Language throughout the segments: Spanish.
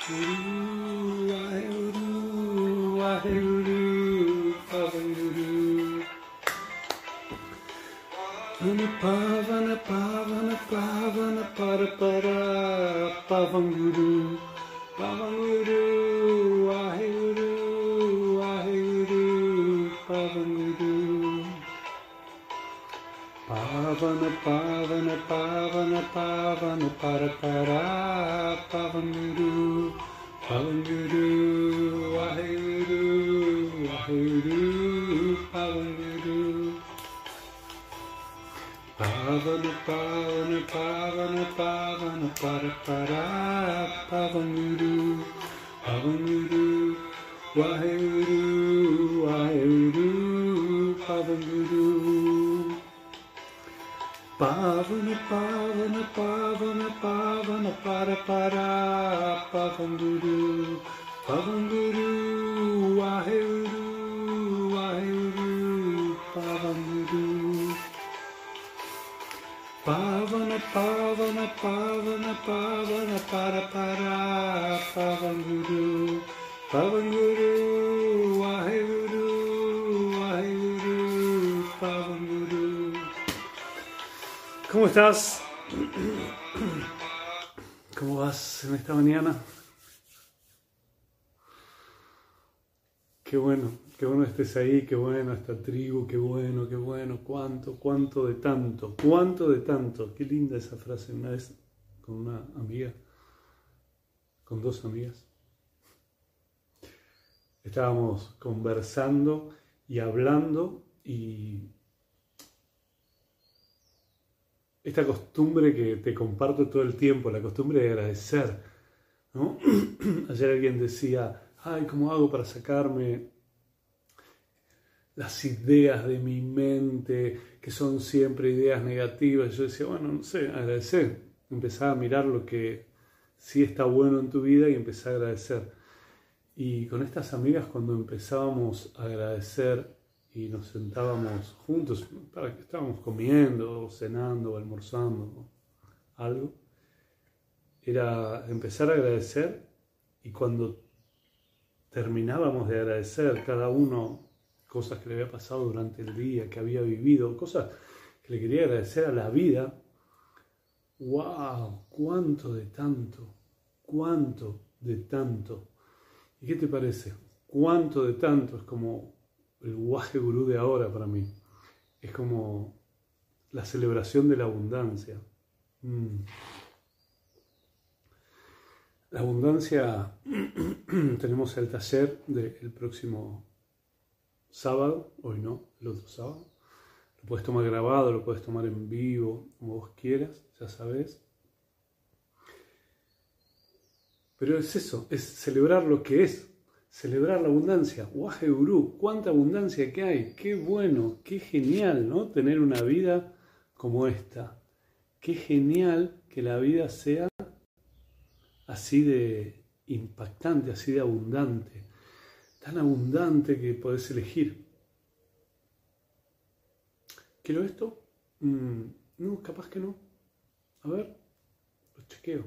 Uru, Waheguru, Waheguru, Pavanguru. Pavana, Pavana, Pavana, Para, Pavanguru, Pavanguru, Waheguru, Waheguru, Pavanguru. Pavana, Pavana, Pavana, Pavana, Para, Pavanguru, Pavanguru, Waheguru, Waheguru, Pavanguru. Pavana, Pavana, Pavana, Pavana, Para, Pavanguru, Pavanguru, Waheguru, Waheguru, Pavanguru. Pavana, Pavana, Pavana, Pavana, Para, Pavanguru, Pavanguru, Waheguru, Waheguru, Pavanguru. Pavana, Pavana, Pavana, Pavana, Para, Pavanguru, Pavanguru, Waheguru, Waheguru, Pavanguru. ¿Cómo estás? ¿Cómo vas en esta mañana? Qué bueno estés ahí, qué bueno esta tribu, qué bueno, cuánto de tanto. Qué linda esa frase. Una vez con una amiga, con dos amigas, estábamos conversando y hablando y esta costumbre que te comparto todo el tiempo, la costumbre de agradecer, ¿no? Ayer alguien decía, ay, ¿cómo hago para sacarme las ideas de mi mente, que son siempre ideas negativas? Yo decía, bueno, no sé, agradecer. Empezá a mirar lo que sí está bueno en tu vida y empezá a agradecer. Y con estas amigas, cuando empezábamos a agradecer y nos sentábamos juntos, para que estábamos comiendo, o cenando, o almorzando, o algo, era empezar a agradecer, y cuando terminábamos de agradecer cada uno cosas que le había pasado durante el día, que había vivido, cosas que le quería agradecer a la vida, ¡wow! ¡Cuánto de tanto! ¿Y qué te parece? ¿Cuánto de tanto? Es como el Waheguru de ahora para mí. Es como la celebración de la abundancia. La abundancia, tenemos el taller del próximo sábado, hoy no, el otro sábado. Lo puedes tomar grabado, lo puedes tomar en vivo, como vos quieras, ya sabes. Pero es eso, es celebrar lo que es, celebrar la abundancia. Waheguru, cuánta abundancia que hay, qué bueno, qué genial, ¿no? Tener una vida como esta. Qué genial que la vida sea así de impactante, así de abundante. Tan abundante que podés elegir. ¿Quiero esto? No, capaz que no. A ver, lo chequeo.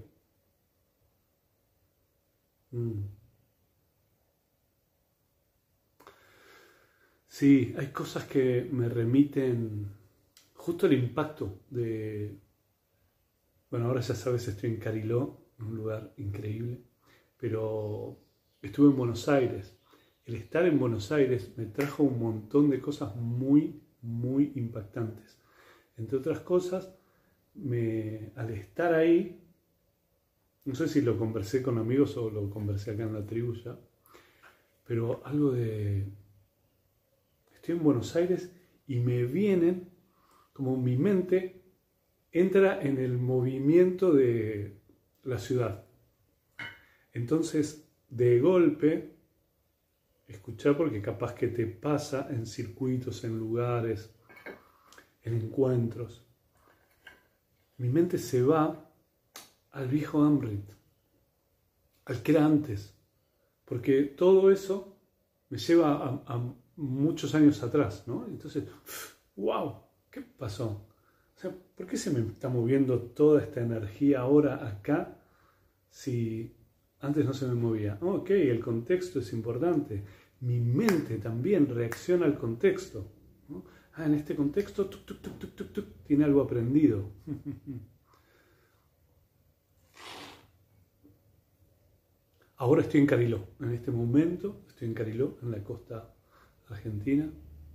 Sí, hay cosas que me remiten justo el impacto de... Bueno, ahora ya sabes, estoy en Cariló, un lugar increíble, pero estuve en Buenos Aires. El estar en Buenos Aires me trajo un montón de cosas muy impactantes. Entre otras cosas, al estar ahí, no sé si lo conversé con amigos o lo conversé acá en la tribu ya, pero algo de... Estoy en Buenos Aires y me vienen, como mi mente entra en el movimiento de la ciudad. Entonces, de golpe, escuchá, porque capaz que te pasa en circuitos, en lugares, en encuentros. Mi mente se va al viejo Amrit, al que era antes, porque todo eso me lleva a muchos años atrás, ¿no? Entonces, ¡wow! ¿Qué pasó? O sea, ¿por qué se me está moviendo toda esta energía ahora acá si Antes no se me movía. Ok, el contexto es importante. Mi mente también reacciona al contexto, ¿no? En este contexto tuc, tuc, tuc, tuc, tuc, tuc, tiene algo aprendido. Ahora estoy en Cariló. En este momento estoy en Cariló, en la costa argentina.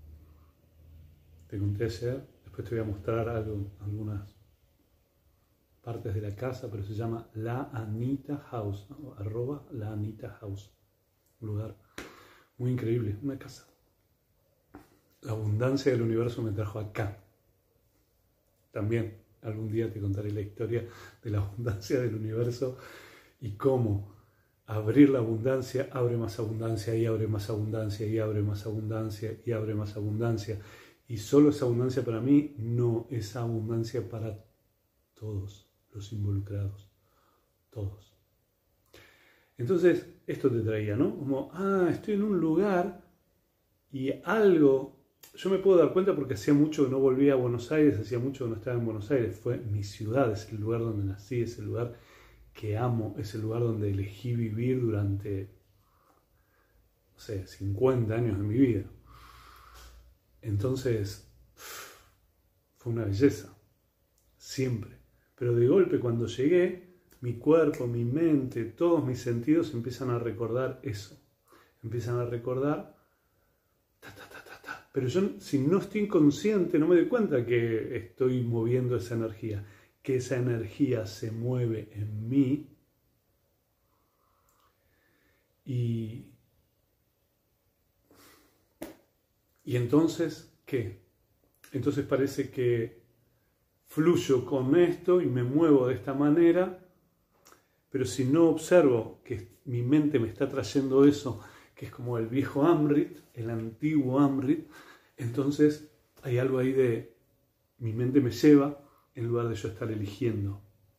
Te conté ayer. Después te voy a mostrar algunas partes de la casa, pero se llama La Anita House, ¿no? @ La Anita House. Un lugar muy increíble, una casa. La abundancia del universo me trajo acá. También algún día te contaré la historia de la abundancia del universo y cómo abrir la abundancia abre más abundancia y abre más abundancia y abre más abundancia y abre más abundancia. Y solo esa abundancia para mí, no esa abundancia para todos los involucrados, todos. Entonces, esto te traía, ¿no? Como, estoy en un lugar y algo, yo me puedo dar cuenta porque hacía mucho que no volvía a Buenos Aires, hacía mucho que no estaba en Buenos Aires, fue mi ciudad, es el lugar donde nací, es el lugar que amo, es el lugar donde elegí vivir durante, no sé, 50 años de mi vida. Entonces, fue una belleza, siempre. Pero de golpe cuando llegué, mi cuerpo, mi mente, todos mis sentidos empiezan a recordar eso. Empiezan a recordar, Pero yo, si no estoy inconsciente, no me doy cuenta que estoy moviendo esa energía, que esa energía se mueve en mí. Y entonces, ¿qué? Entonces parece que fluyo con esto y me muevo de esta manera, pero si no observo que mi mente me está trayendo eso, que es como el viejo Amrit, el antiguo Amrit, entonces hay algo ahí de mi mente me lleva en lugar de yo estar eligiendo.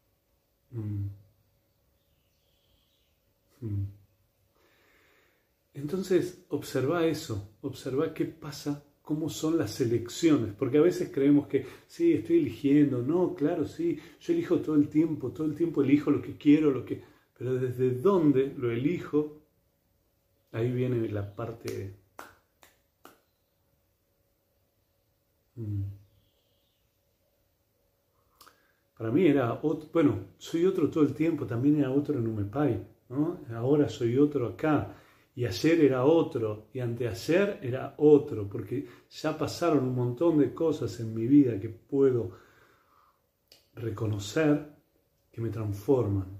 Entonces, observa eso, observa qué pasa, cómo son las elecciones, porque a veces creemos que, sí, estoy eligiendo, no, claro, sí, yo elijo todo el tiempo elijo lo que quiero, pero desde dónde lo elijo, ahí viene la parte... Para mí era otro, bueno, soy otro todo el tiempo, también era otro en Umepay, ¿no? Ahora soy otro acá. Y ayer era otro, y anteayer era otro, porque ya pasaron un montón de cosas en mi vida que puedo reconocer que me transforman.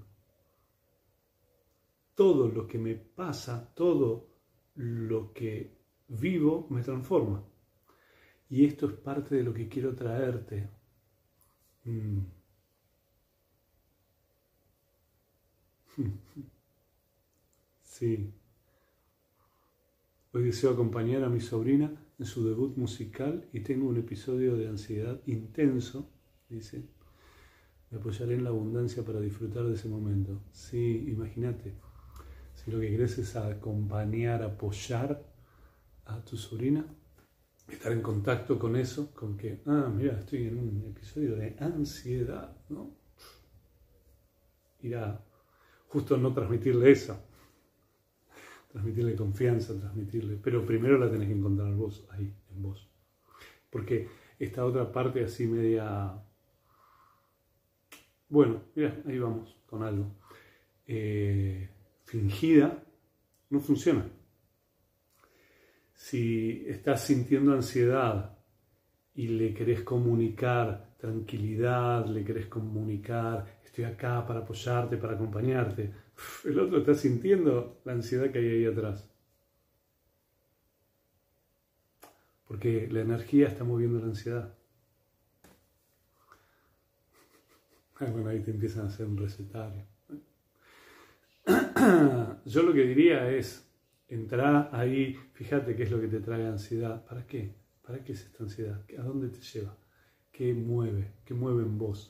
Todo lo que me pasa, todo lo que vivo me transforma. Y esto es parte de lo que quiero traerte. Sí. Hoy deseo acompañar a mi sobrina en su debut musical y tengo un episodio de ansiedad intenso, dice. Me apoyaré en la abundancia para disfrutar de ese momento. Sí, imagínate, si lo que querés es acompañar, apoyar a tu sobrina, estar en contacto con eso, con que, mira, estoy en un episodio de ansiedad, ¿no? Ir a justo no transmitirle eso. Transmitirle confianza, pero primero la tenés que encontrar vos, ahí, en vos. Porque esta otra parte así media, bueno, mira, ahí vamos con algo, fingida, no funciona. Si estás sintiendo ansiedad y le querés comunicar tranquilidad, le querés comunicar, estoy acá para apoyarte, para acompañarte, el otro está sintiendo la ansiedad que hay ahí atrás. Porque la energía está moviendo la ansiedad. Bueno, ahí te empiezan a hacer un recetario. Yo lo que diría es, entrar ahí, fíjate qué es lo que te trae ansiedad. ¿Para qué? ¿Para qué es esta ansiedad? ¿A dónde te lleva? ¿Qué mueve? ¿Qué mueve en vos?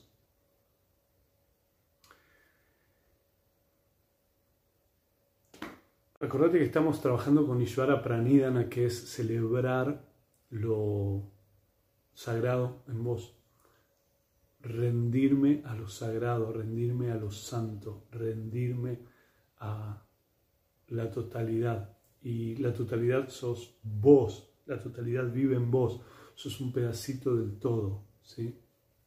Acordate que estamos trabajando con Ishvara Pranidhana, que es celebrar lo sagrado en vos. Rendirme a lo sagrado, rendirme a lo santo, rendirme a la totalidad. Y la totalidad sos vos, la totalidad vive en vos, sos un pedacito del todo, ¿sí?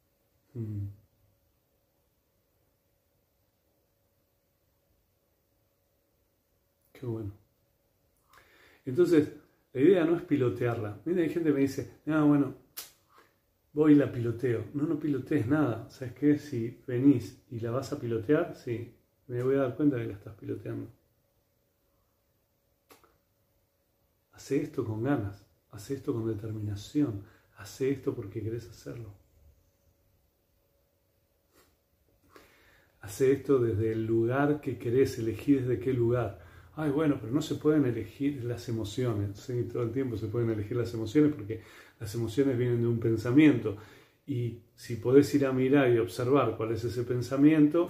Qué bueno. Entonces, la idea no es pilotearla. Mira, hay gente que me dice, bueno, voy y la piloteo. No pilotees nada. ¿Sabes qué? Si venís y la vas a pilotear, sí, me voy a dar cuenta de que la estás piloteando. Hace esto con ganas, hace esto con determinación, hace esto porque querés hacerlo. Hace esto desde el lugar que querés, elegí desde qué lugar. Ay, bueno, pero no se pueden elegir las emociones. Sí, todo el tiempo se pueden elegir las emociones porque las emociones vienen de un pensamiento. Y si podés ir a mirar y observar cuál es ese pensamiento,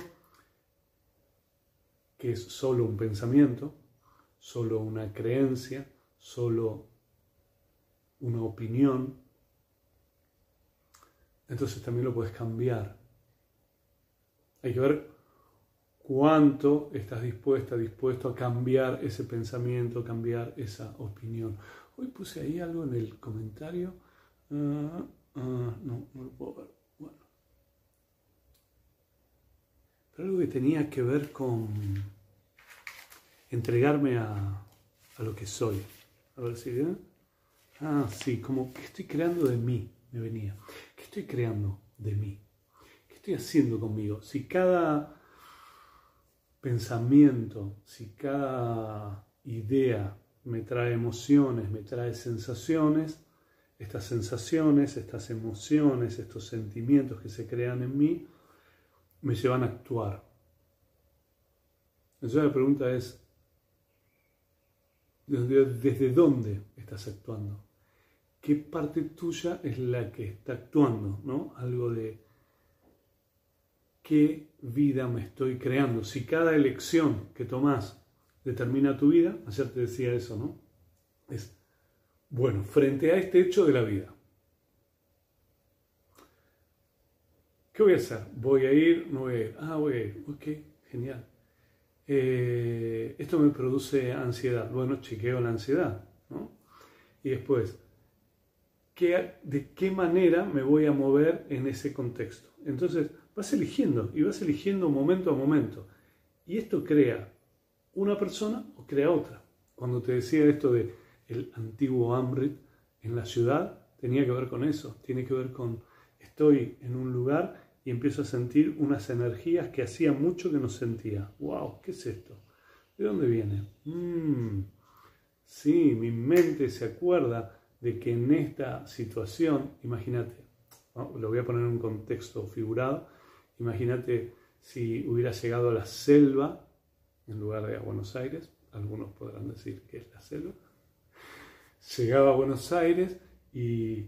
que es solo un pensamiento, solo una creencia, solo una opinión, entonces también lo puedes cambiar. Hay que ver cuánto estás dispuesto a cambiar ese pensamiento, cambiar esa opinión. Hoy puse ahí algo en el comentario. No lo puedo ver. Bueno. Pero algo que tenía que ver con entregarme a lo que soy. A ver si... sí, como que estoy creando de mí, me venía. ¿Qué estoy creando de mí? ¿Qué estoy haciendo conmigo? Si cada pensamiento, si cada idea me trae emociones, me trae sensaciones, estas emociones, estos sentimientos que se crean en mí, me llevan a actuar. Entonces la pregunta es, ¿desde dónde estás actuando? ¿Qué parte tuya es la que está actuando? ¿No? Algo de qué vida me estoy creando. Si cada elección que tomás determina tu vida, ayer te decía eso, ¿no? Es, bueno, frente a este hecho de la vida, ¿qué voy a hacer? ¿Voy a ir? ¿No voy a ir? Voy a ir. Ok, genial. Esto me produce ansiedad. Bueno, chequeo la ansiedad, ¿no? Y después, ¿de qué manera me voy a mover en ese contexto? Entonces, vas eligiendo y vas eligiendo momento a momento. Y esto crea una persona o crea otra. Cuando te decía esto de el antiguo Amrit en la ciudad, tenía que ver con eso. Tiene que ver con, estoy en un lugar y empiezo a sentir unas energías que hacía mucho que no sentía. ¡Wow! ¿Qué es esto? ¿De dónde viene? Sí, mi mente se acuerda de que en esta situación, imagínate, ¿no? Lo voy a poner en un contexto figurado, imagínate si hubiera llegado a la selva en lugar de a Buenos Aires, algunos podrán decir que es la selva, llegaba a Buenos Aires y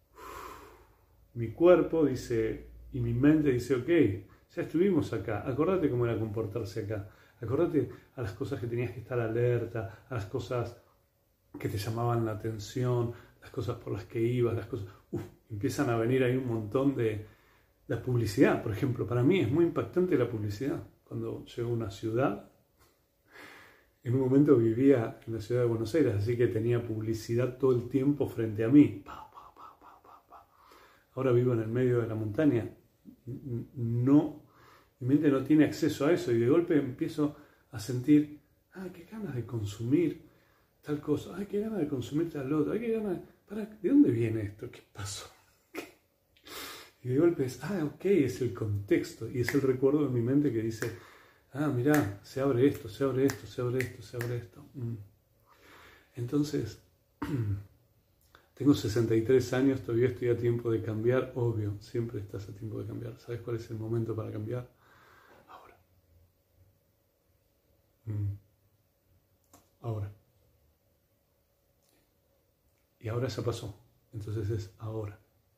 mi cuerpo dice, y mi mente dice, ok, ya estuvimos acá, acordate cómo era comportarse acá, acordate a las cosas que tenías que estar alerta, a las cosas que te llamaban la atención, las cosas por las que ibas, las cosas... empiezan a venir ahí un montón de... La publicidad, por ejemplo, para mí es muy impactante la publicidad. Cuando llego a una ciudad, en un momento vivía en la ciudad de Buenos Aires, así que tenía publicidad todo el tiempo frente a mí. Ahora vivo en el medio de la montaña. No, mi mente no tiene acceso a eso y de golpe empiezo a sentir, qué ganas de consumir tal cosa, qué ganas de consumir tal otro, qué ganas ¿de dónde viene esto? ¿Qué pasó? Y de golpe es, ok, es el contexto y es el recuerdo de mi mente que dice, mirá, se abre esto, se abre esto, se abre esto, se abre esto. Entonces, tengo 63 años, todavía estoy a tiempo de cambiar, obvio, siempre estás a tiempo de cambiar. ¿Sabes cuál es el momento para cambiar? Ahora. Ahora. Y ahora ya pasó, entonces es ahora.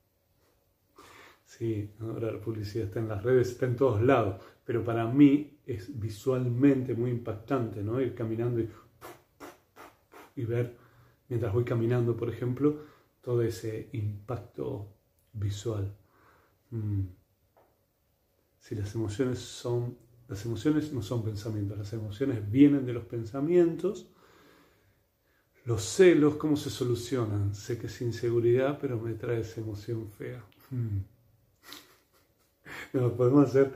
Sí, ahora la publicidad está en las redes, está en todos lados, pero para mí es visualmente muy impactante, ¿no? Ir caminando y ver, mientras voy caminando, por ejemplo, todo ese impacto visual. Si las emociones son Las emociones no son pensamientos, las emociones vienen de los pensamientos. Los celos, ¿cómo se solucionan? Sé que es inseguridad, pero me trae esa emoción fea. No, podemos hacer...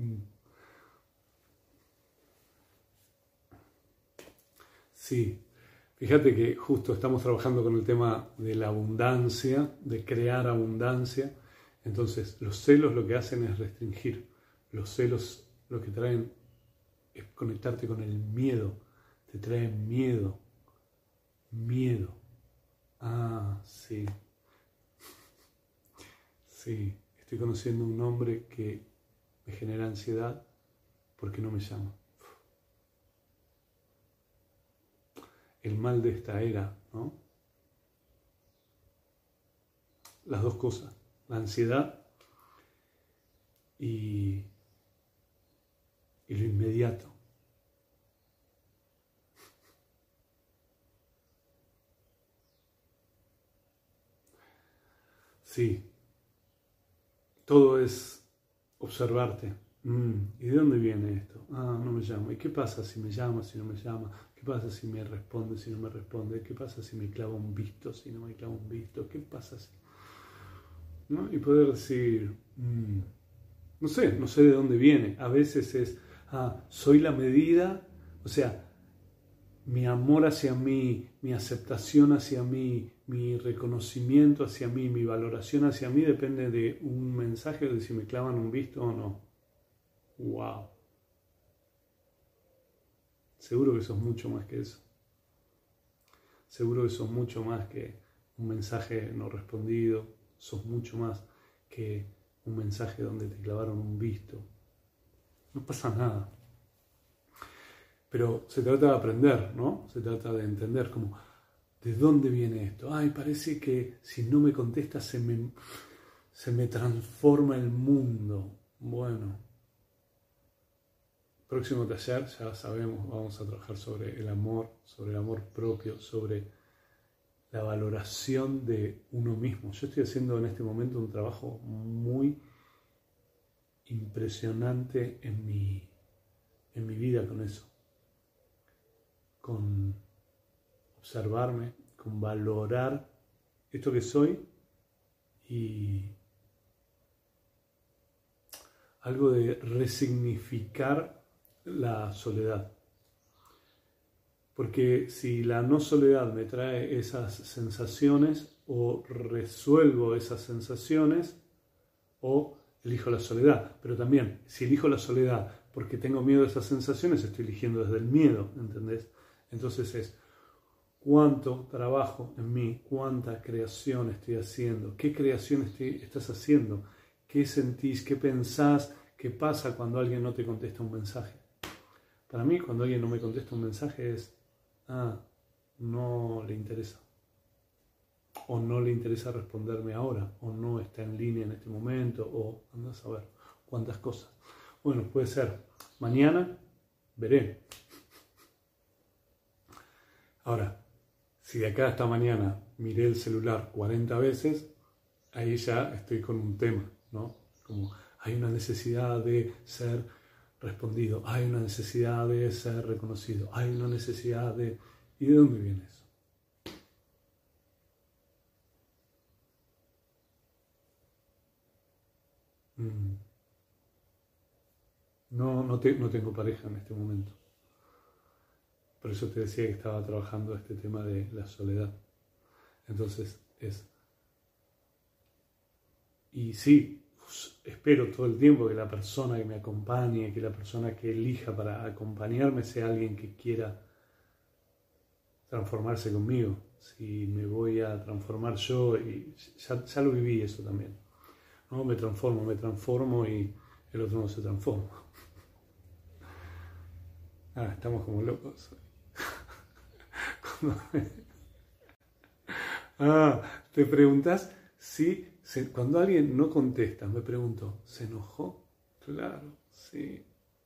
Sí, fíjate que justo estamos trabajando con el tema de la abundancia, de crear abundancia. Entonces, los celos lo que hacen es restringir. Los celos lo que traen es conectarte con el miedo. Te traen miedo. Miedo. Ah, sí. Sí, estoy conociendo un hombre que me genera ansiedad porque no me llama. El mal de esta era, ¿no? Las dos cosas, la ansiedad y lo inmediato. Sí, todo es observarte. ¿Y de dónde viene esto? Ah, no me llama. ¿Y qué pasa si me llama, si no me llama? ¿Qué pasa si me responde, si no me responde? ¿Qué pasa si me clava un visto, si no me clava un visto? ¿Qué pasa si...? ¿No? Y poder decir, no sé de dónde viene. A veces es, soy la medida, o sea, mi amor hacia mí, mi aceptación hacia mí, mi reconocimiento hacia mí, mi valoración hacia mí depende de un mensaje o de si me clavan un visto o no. ¡Wow! Seguro que sos mucho más que eso. Seguro que sos mucho más que un mensaje no respondido. Sos mucho más que un mensaje donde te clavaron un visto. No pasa nada. Pero se trata de aprender, ¿no? Se trata de entender como, ¿de dónde viene esto? Ay, parece que si no me contestas se me transforma el mundo. Bueno, próximo taller ya sabemos, vamos a trabajar sobre el amor propio, sobre la valoración de uno mismo. Yo estoy haciendo en este momento un trabajo muy impresionante en mi vida con eso. Con observarme, con valorar esto que soy y algo de resignificar la soledad. Porque si la no soledad me trae esas sensaciones, o resuelvo esas sensaciones, o elijo la soledad. Pero también, si elijo la soledad porque tengo miedo a esas sensaciones, estoy eligiendo desde el miedo, ¿entendés? Entonces es, ¿cuánto trabajo en mí? ¿Cuánta creación estoy haciendo? ¿Qué creación estás haciendo? ¿Qué sentís? ¿Qué pensás? ¿Qué pasa cuando alguien no te contesta un mensaje? Para mí, cuando alguien no me contesta un mensaje es, no le interesa. O no le interesa responderme ahora, o no está en línea en este momento, o anda a saber cuántas cosas. Bueno, puede ser, mañana veré. Ahora, si de acá hasta mañana miré el celular 40 veces, ahí ya estoy con un tema, ¿no? Como hay una necesidad de ser respondido, hay una necesidad de ser reconocido, hay una necesidad de... ¿Y de dónde viene eso? No tengo pareja en este momento. Por eso te decía que estaba trabajando este tema de la soledad. Entonces y sí, espero todo el tiempo que la persona que me acompañe, que la persona que elija para acompañarme sea alguien que quiera transformarse conmigo. Si me voy a transformar yo, y ya lo viví eso también. ¿No? Me transformo y el otro no se transforma. Estamos como locos. Te preguntas si cuando alguien no contesta, me pregunto, ¿se enojó? Claro, sí.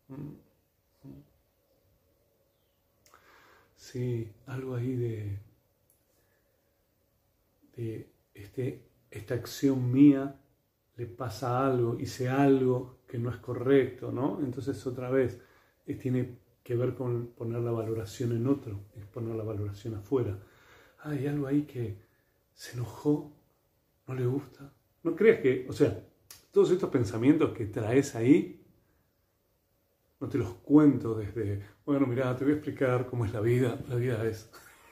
Sí, algo ahí de esta acción mía le pasa algo, hice algo que no es correcto, ¿no? Entonces otra vez tiene que ver con poner la valoración en otro, es poner la valoración afuera. Hay algo ahí que se enojó, no le gusta. ¿No crees que, o sea, todos estos pensamientos que traes ahí, no te los cuento desde, bueno, mirá, te voy a explicar cómo es la vida es,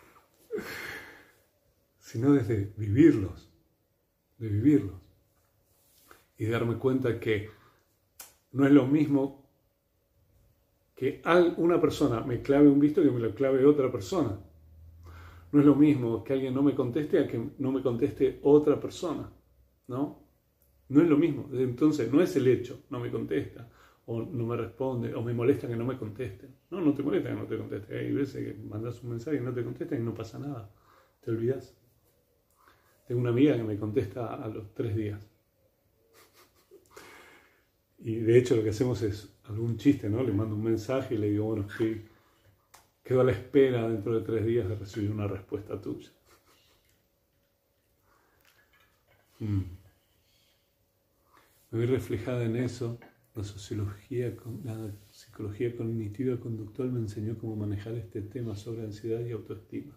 sino desde vivirlos, de vivirlos. Y darme cuenta que no es lo mismo que una persona me clave un visto que me lo clave otra persona. No es lo mismo que alguien no me conteste a que no me conteste otra persona, ¿no? No es lo mismo. Entonces, no es el hecho, no me contesta, o no me responde, o me molesta que no me contesten. No, no te molesta que no te conteste. Hay veces que mandas un mensaje y no te contestan y no pasa nada. Te olvidas. Tengo una amiga que me contesta a los 3 días. Y de hecho lo que hacemos es algún chiste, ¿no? Le mando un mensaje y le digo, bueno, sí, quedo a la espera dentro de 3 días de recibir una respuesta tuya. Me vi reflejada en eso. La psicología cognitiva conductual me enseñó cómo manejar este tema sobre ansiedad y autoestima.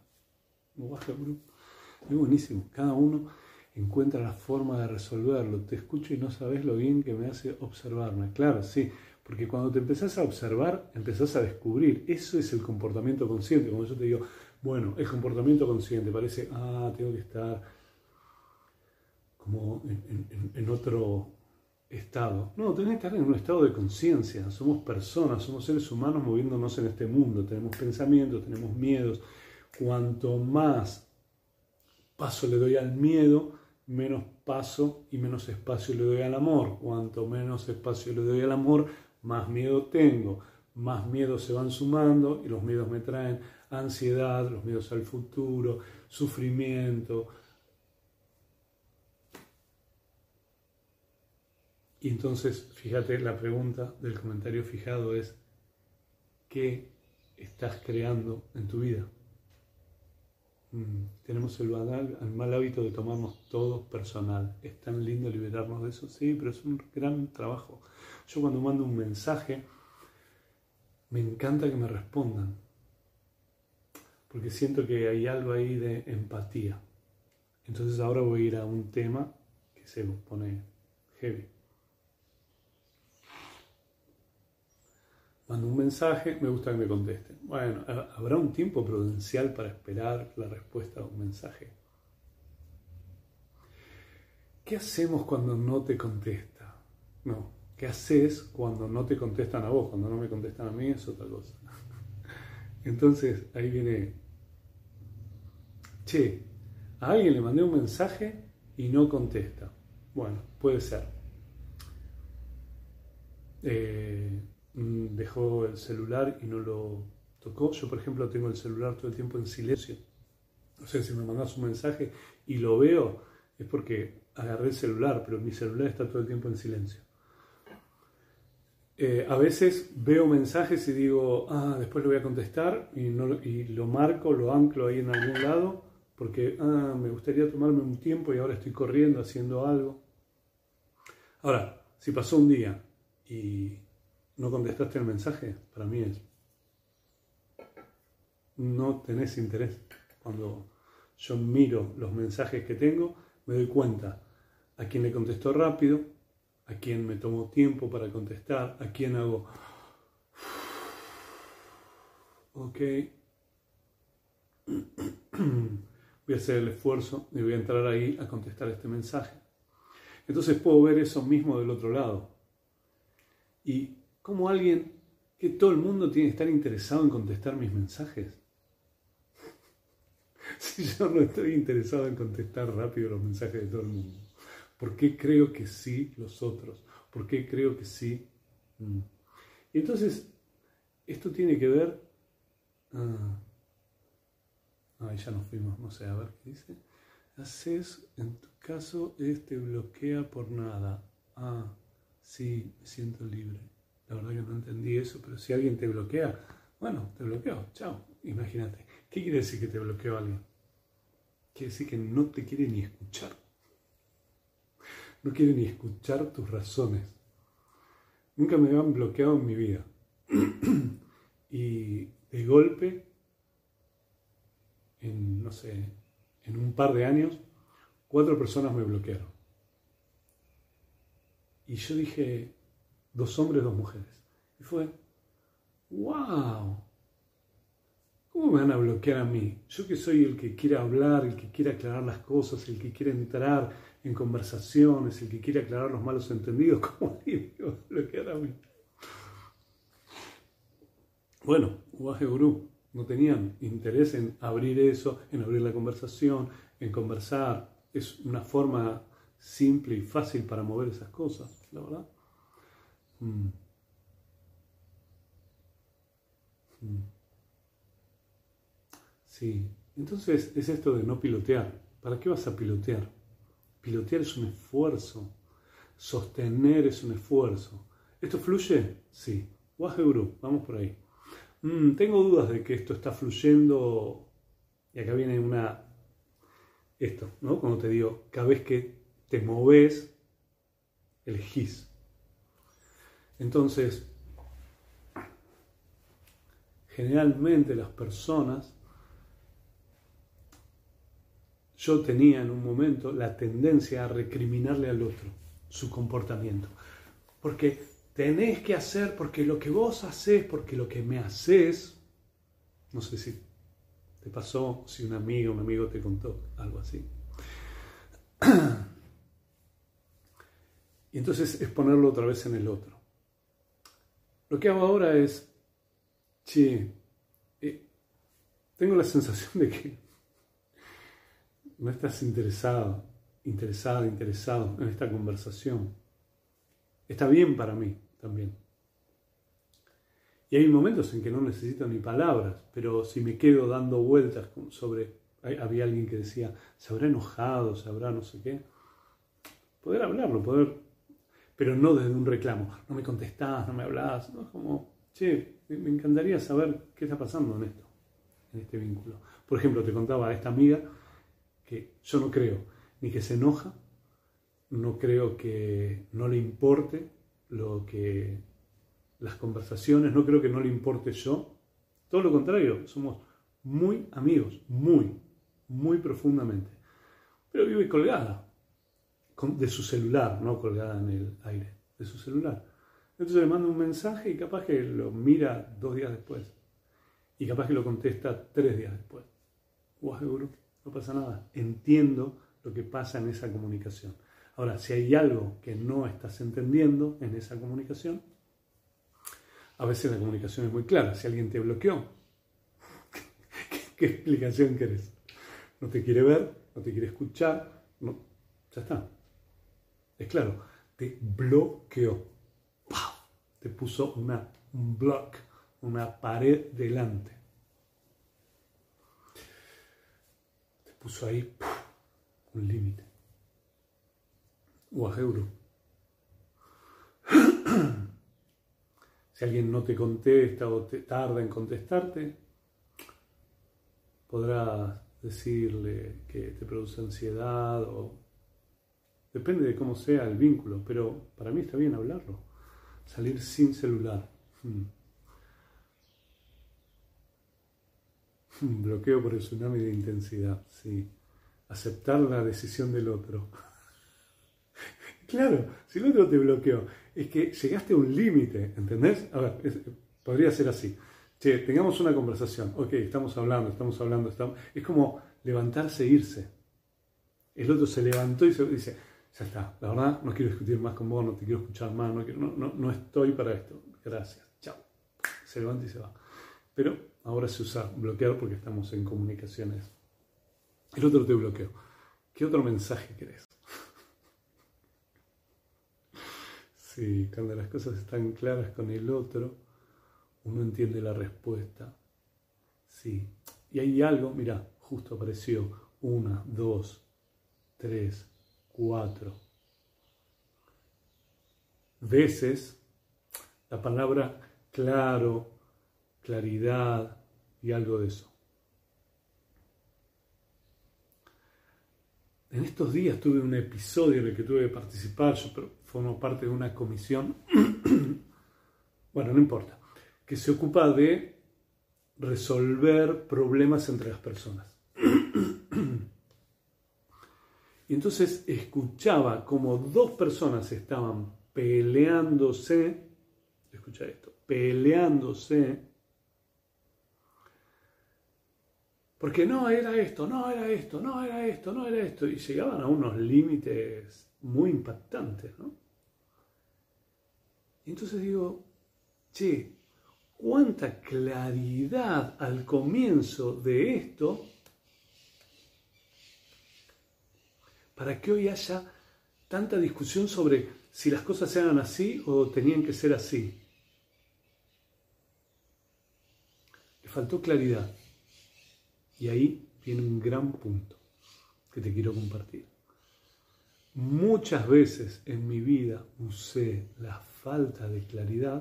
Es buenísimo. Cada uno encuentra la forma de resolverlo. Te escucho y no sabes lo bien que me hace observarme. Claro, sí, porque cuando te empezás a observar, empezás a descubrir. Eso es el comportamiento consciente. Como yo te digo, bueno, el comportamiento consciente parece, tengo que estar como en otro estado. No, tenés que estar en un estado de conciencia. Somos personas, somos seres humanos moviéndonos en este mundo. Tenemos pensamientos, tenemos miedos. Cuanto más paso le doy al miedo, menos paso y menos espacio le doy al amor. Cuanto menos espacio le doy al amor, más miedo tengo. Más miedos se van sumando y los miedos me traen ansiedad, los miedos al futuro, sufrimiento. Y entonces, fíjate, la pregunta del comentario fijado es, ¿qué estás creando en tu vida? Tenemos el mal hábito de tomarnos todo personal. Es tan lindo liberarnos de eso, sí, pero es un gran trabajo. Yo cuando mando un mensaje, me encanta que me respondan, porque siento que hay algo ahí de empatía. Entonces ahora voy a ir a un tema que se pone heavy. Mando un mensaje, me gusta que me contesten. Bueno, ¿habrá un tiempo prudencial para esperar la respuesta a un mensaje? ¿Qué hacemos cuando no te contesta? No, ¿qué haces cuando no te contestan a vos? Cuando no me contestan a mí es otra cosa. Entonces, ahí viene, a alguien le mandé un mensaje y no contesta. Bueno, puede ser. Dejó el celular y no lo tocó. Yo, por ejemplo, tengo el celular todo el tiempo en silencio. O sea, si me mandas un mensaje y lo veo, es porque agarré el celular, pero mi celular está todo el tiempo en silencio. A veces veo mensajes y digo, después lo voy a contestar y lo marco, lo anclo ahí en algún lado, porque me gustaría tomarme un tiempo y ahora estoy corriendo, haciendo algo. Ahora, si pasó un día y no contestaste el mensaje, para mí es no tenés interés. Cuando yo miro los mensajes que tengo, me doy cuenta a quién le contesto rápido, a quién me tomo tiempo para contestar, a quién hago ok, voy a hacer el esfuerzo y voy a entrar ahí a contestar este mensaje. Entonces puedo ver eso mismo del otro lado. Y como alguien que todo el mundo tiene que estar interesado en contestar mis mensajes. Si yo no estoy interesado en contestar rápido los mensajes de todo el mundo, ¿por qué creo que sí los otros? ¿Por qué creo que sí? Y entonces, esto tiene que ver... ya nos fuimos, no sé, a ver qué dice. Haces, en tu caso, te bloquea por nada. Sí, me siento libre. La verdad que no entendí eso, pero si alguien te bloquea, bueno, te bloqueo, chao. Imagínate. ¿Qué quiere decir que te bloqueó alguien? Quiere decir que no te quiere ni escuchar. no quiere ni escuchar tus razones. Nunca me habían bloqueado en mi vida. Y de golpe, no sé, en un par de años, 4 personas me bloquearon. Y yo dije, 2 hombres, 2 mujeres. Y fue, ¡wow! ¿Cómo me van a bloquear a mí? Yo que soy el que quiere hablar, el que quiere aclarar las cosas, el que quiere entrar en conversaciones, el que quiere aclarar los malos entendidos, ¿cómo alguien me va a bloquear a mí? Bueno, Ubaje Gurú no tenían interés en abrir eso, en abrir la conversación, en conversar. Es una forma simple y fácil para mover esas cosas, la verdad. Sí, entonces es esto de no pilotear. ¿Para qué vas a pilotear? Pilotear es un esfuerzo. Sostener es un esfuerzo. ¿Esto fluye? Sí. Ubaje Gurú, vamos por ahí. Tengo dudas de que esto está fluyendo. Y acá viene esto, ¿no? Cuando te digo, cada vez que te moves, elegís. Entonces, generalmente las personas, yo tenía en un momento la tendencia a recriminarle al otro su comportamiento. Porque tenés que hacer, porque lo que vos hacés, porque lo que me hacés, no sé si te pasó, si un amigo te contó algo así. Y entonces es ponerlo otra vez en el otro. Lo que hago ahora es, tengo la sensación de que no estás interesado en esta conversación. Está bien para mí también. Y hay momentos en que no necesito ni palabras, pero si me quedo dando vueltas había alguien que decía, se habrá enojado, se habrá no sé qué. Poder hablarlo, pero no desde un reclamo. No me contestás, no me hablás. No, es como, me encantaría saber qué está pasando en este vínculo. Por ejemplo, te contaba a esta amiga que yo no creo ni que se enoja, no creo que no le importe las conversaciones, no creo que no le importe yo. Todo lo contrario, somos muy amigos, muy profundamente. Pero vive colgada de su celular, no colgada en el aire, de su celular. Entonces le mando un mensaje y capaz que lo mira 2 días después. Y capaz que lo contesta 3 días después. Gurú, no pasa nada. Entiendo lo que pasa en esa comunicación. Ahora, si hay algo que no estás entendiendo en esa comunicación, a veces la comunicación es muy clara. Si alguien te bloqueó, ¿qué explicación querés? No te quiere ver, no te quiere escuchar, no, ya está. Es claro, te bloqueó. ¡Pau! Te puso un block, una pared delante. Te puso ahí un límite. Ubaje Gurú. Si alguien no te contesta o te tarda en contestarte, podrás decirle que te produce ansiedad o depende de cómo sea el vínculo, pero para mí está bien hablarlo. Salir sin celular. Bloqueo por el tsunami de intensidad, sí. Aceptar la decisión del otro. Claro, si el otro te bloqueó, es que llegaste a un límite, ¿entendés? A ver, podría ser así. Tengamos una conversación. Ok, estamos hablando. Es como levantarse e irse. El otro se levantó y dice, ya está, la verdad no quiero discutir más con vos, no te quiero escuchar más, no estoy para esto. Gracias, chao. Se levanta y se va. Pero ahora se usa bloquear porque estamos en comunicaciones. El otro te bloqueó. ¿Qué otro mensaje querés? Sí, cuando las cosas están claras con el otro, uno entiende la respuesta. Sí. Y hay algo, mira, justo apareció 1, 2, 3, 4 veces la palabra claro, claridad y algo de eso. En estos días tuve un episodio en el que tuve que participar, yo formo parte de una comisión, bueno, no importa, que se ocupa de resolver problemas entre las personas. Y entonces escuchaba como dos personas estaban peleándose, escucha esto, peleándose, porque no era esto, no era esto, no era esto, no era esto, y llegaban a unos límites muy impactantes, ¿no? Y entonces digo, che, cuánta claridad al comienzo de esto para que hoy haya tanta discusión sobre si las cosas eran así o tenían que ser así. Le faltó claridad. Y ahí viene un gran punto que te quiero compartir. Muchas veces en mi vida usé la falta de claridad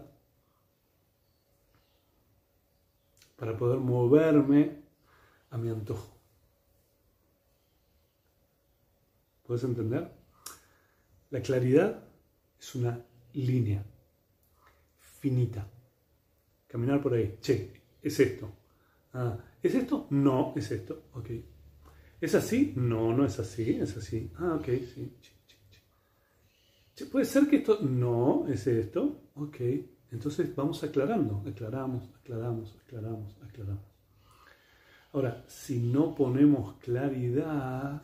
para poder moverme a mi antojo. ¿Puedes entender? La claridad es una línea finita. Caminar por ahí. Che, es esto. Ah, ¿es esto? No, es esto. Ok. ¿Es así? No, no es así. Es así. Ah, ok, sí. Che, ¿puede ser que esto? No, es esto. Ok. Entonces vamos aclarando. Aclaramos. Ahora, si no ponemos claridad,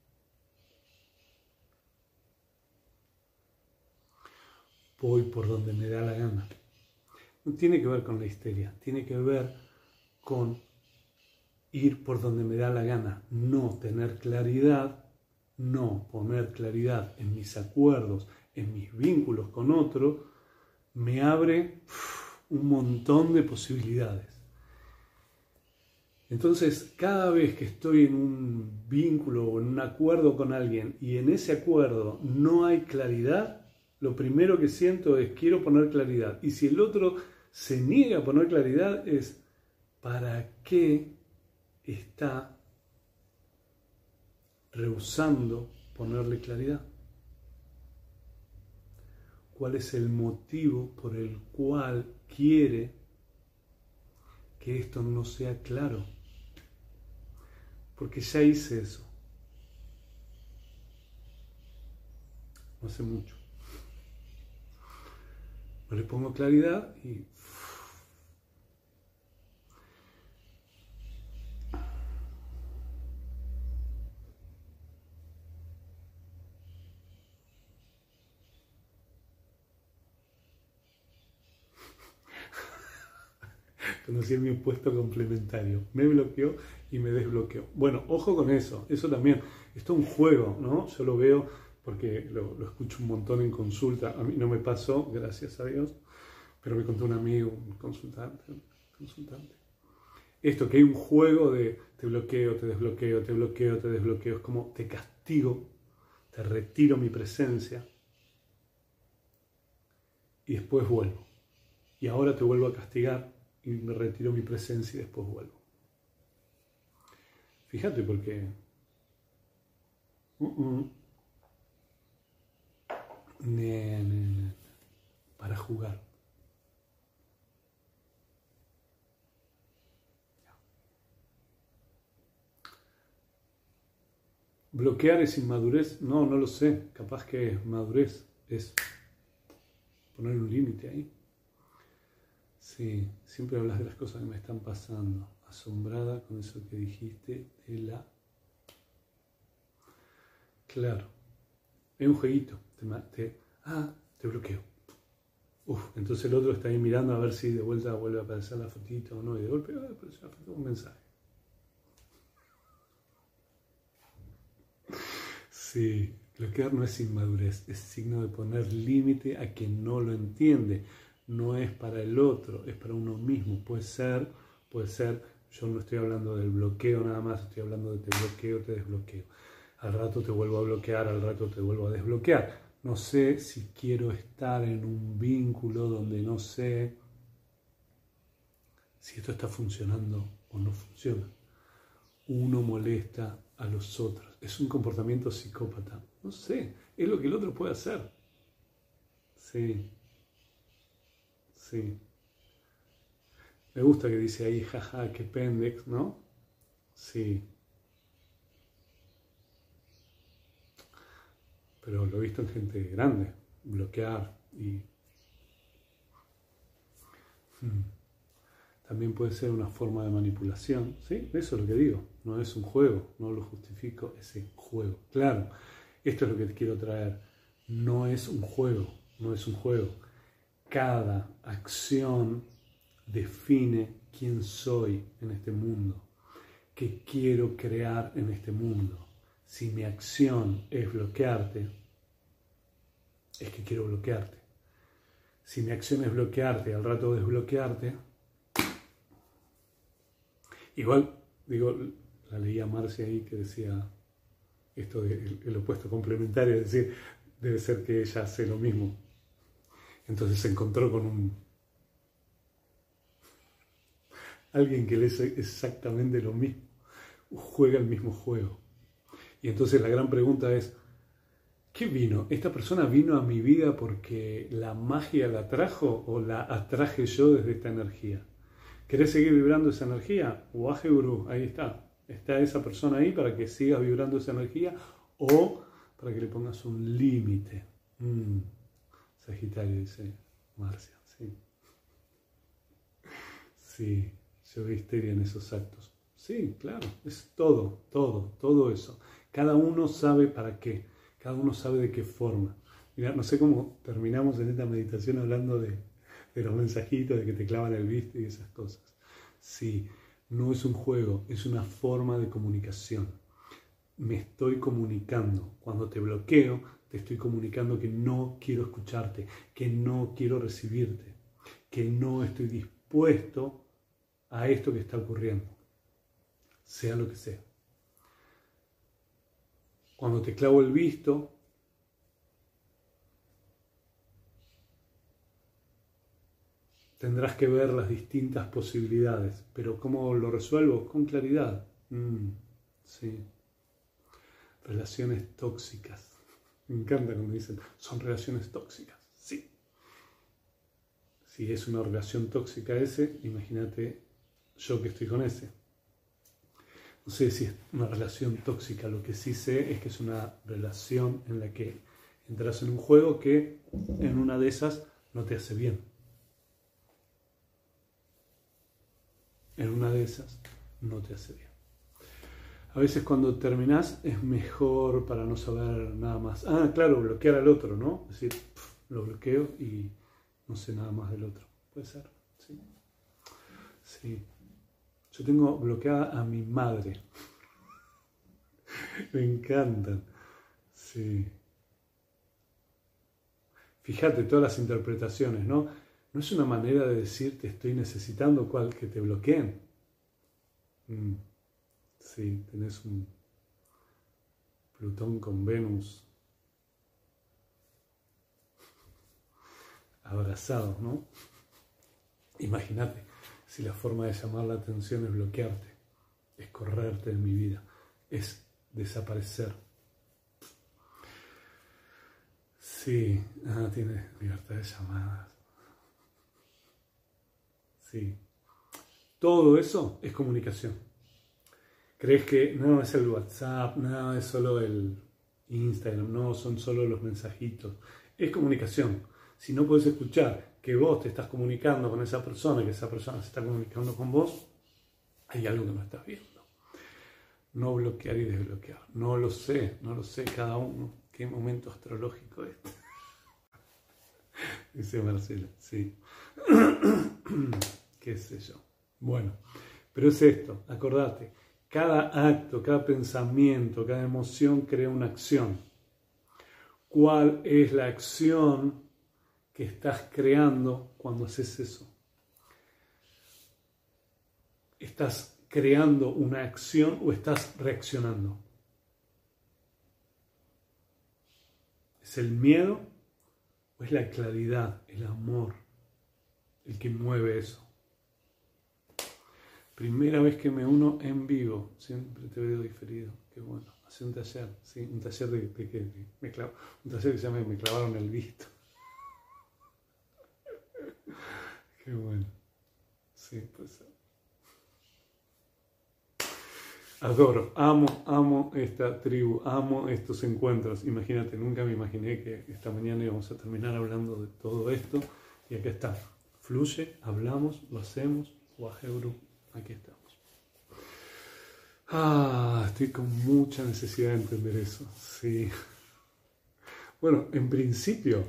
voy por donde me da la gana. No tiene que ver con la histeria, tiene que ver con ir por donde me da la gana, no tener claridad, no poner claridad en mis acuerdos, en mis vínculos con otro, me abre un montón de posibilidades. Entonces, cada vez que estoy en un vínculo o en un acuerdo con alguien y en ese acuerdo no hay claridad, lo primero que siento es quiero poner claridad. Y si el otro se niega a poner claridad es ¿para qué está rehusando ponerle claridad? ¿Cuál es el motivo por el cual quiere que esto no sea claro? Porque ya hice eso. No hace mucho. No le pongo claridad y conocí mi opuesto complementario. Me bloqueó y me desbloqueó. Bueno, ojo con eso. Eso también. Esto es un juego, ¿no? Yo lo veo porque lo escucho un montón en consulta. A mí no me pasó, gracias a Dios, pero me contó un amigo, un consultante. Esto, que hay un juego de te bloqueo, te desbloqueo, te bloqueo, te desbloqueo. Es como te castigo, te retiro mi presencia y después vuelvo. Y ahora te vuelvo a castigar y me retiro mi presencia y después vuelvo. Fíjate porque para jugar. ¿Bloquear es inmadurez? No, no lo sé. Capaz que es madurez. Es poner un límite ahí. Sí, siempre hablas de las cosas que me están pasando. Asombrada con eso que dijiste de la... Claro. Es un jueguito. Te bloqueo. Entonces el otro está ahí mirando a ver si de vuelta vuelve a aparecer la fotito o no. Y de golpe aparece la foto, un mensaje. Sí, bloquear no es inmadurez, es signo de poner límite a quien no lo entiende. No es para el otro, es para uno mismo. Puede ser, yo no estoy hablando del bloqueo nada más, estoy hablando de te bloqueo, te desbloqueo. Al rato te vuelvo a bloquear, al rato te vuelvo a desbloquear. No sé si quiero estar en un vínculo donde no sé si esto está funcionando o no funciona. Uno molesta a los otros. es un comportamiento psicópata. No sé, es lo que el otro puede hacer. Sí, sí. Me gusta que dice ahí, jaja, qué pendex, ¿no? Sí. Pero lo he visto en gente grande, bloquear y... También puede ser una forma de manipulación, ¿sí? Eso es lo que digo, no es un juego, no lo justifico, es un juego. Claro, esto es lo que te quiero traer, no es un juego, no es un juego. Cada acción define quién soy en este mundo, qué quiero crear en este mundo. Si mi acción es bloquearte, es que quiero bloquearte. Si mi acción es bloquearte y al rato desbloquearte, igual, digo, la leía Marcia ahí que decía esto del opuesto complementario, es decir, debe ser que ella hace lo mismo. Entonces se encontró con alguien que le hace exactamente lo mismo, juega el mismo juego. Y entonces la gran pregunta es, ¿qué vino? ¿Esta persona vino a mi vida porque la magia la trajo o la atraje yo desde esta energía? ¿Querés seguir vibrando esa energía? Waje Guru, ahí está. Está esa persona ahí para que sigas vibrando esa energía o para que le pongas un límite. Sagitario, dice Marcia, sí. Sí, yo vi histeria en esos actos. Sí, claro, es todo eso. Cada uno sabe para qué, cada uno sabe de qué forma. Mira, no sé cómo terminamos en esta meditación hablando de los mensajitos, de que te clavan el visto y esas cosas. Sí, no es un juego, es una forma de comunicación. Me estoy comunicando. Cuando te bloqueo, te estoy comunicando que no quiero escucharte, que no quiero recibirte, que no estoy dispuesto a esto que está ocurriendo, sea lo que sea. Cuando te clavo el visto, tendrás que ver las distintas posibilidades, pero ¿cómo lo resuelvo? Con claridad. Sí. Relaciones tóxicas. Me encanta cuando dicen, son relaciones tóxicas. Sí. Si es una relación tóxica ese, imagínate yo que estoy con ese. No sé si es una relación tóxica, lo que sí sé es que es una relación en la que entras en un juego que en una de esas no te hace bien. En una de esas no te hace bien. A veces cuando terminás es mejor para no saber nada más. Ah, claro, bloquear al otro, ¿no? Es decir, lo bloqueo y no sé nada más del otro. Puede ser, sí. Sí. Yo tengo bloqueada a mi madre. Me encantan. Sí. Fíjate todas las interpretaciones, ¿no? No es una manera de decir te estoy necesitando cual que te bloqueen. Sí, tenés un Plutón con Venus abrazados, ¿no? Imagínate, si la forma de llamar la atención es bloquearte, es correrte de mi vida, es desaparecer. Sí, tiene libertad de llamadas. Sí. Todo eso es comunicación. ¿Crees que no es el WhatsApp, no es solo el Instagram, no son solo los mensajitos? Es comunicación. Si no puedes escuchar que vos te estás comunicando con esa persona, que esa persona se está comunicando con vos, hay algo que no estás viendo. No bloquear y desbloquear. No lo sé cada uno. ¿Qué momento astrológico es? Dice Marcela, sí. ¿Qué sé yo? Bueno, pero es esto, acordate, cada acto, cada pensamiento, cada emoción crea una acción. ¿Cuál es la acción que estás creando cuando haces eso? ¿Estás creando una acción o estás reaccionando? ¿Es el miedo o es la claridad, el amor, el que mueve eso? Primera vez que me uno en vivo, siempre te veo diferido. Qué bueno. Hace un taller, sí, un taller un taller que se llama Me clavaron el visto. Qué bueno. Sí, pues. Adoro, amo esta tribu, amo estos encuentros. Imagínate, nunca me imaginé que esta mañana íbamos a terminar hablando de todo esto. Y aquí está. Fluye, hablamos, lo hacemos. Waheuru, aquí estamos. Estoy con mucha necesidad de entender eso. Sí. Bueno, en principio,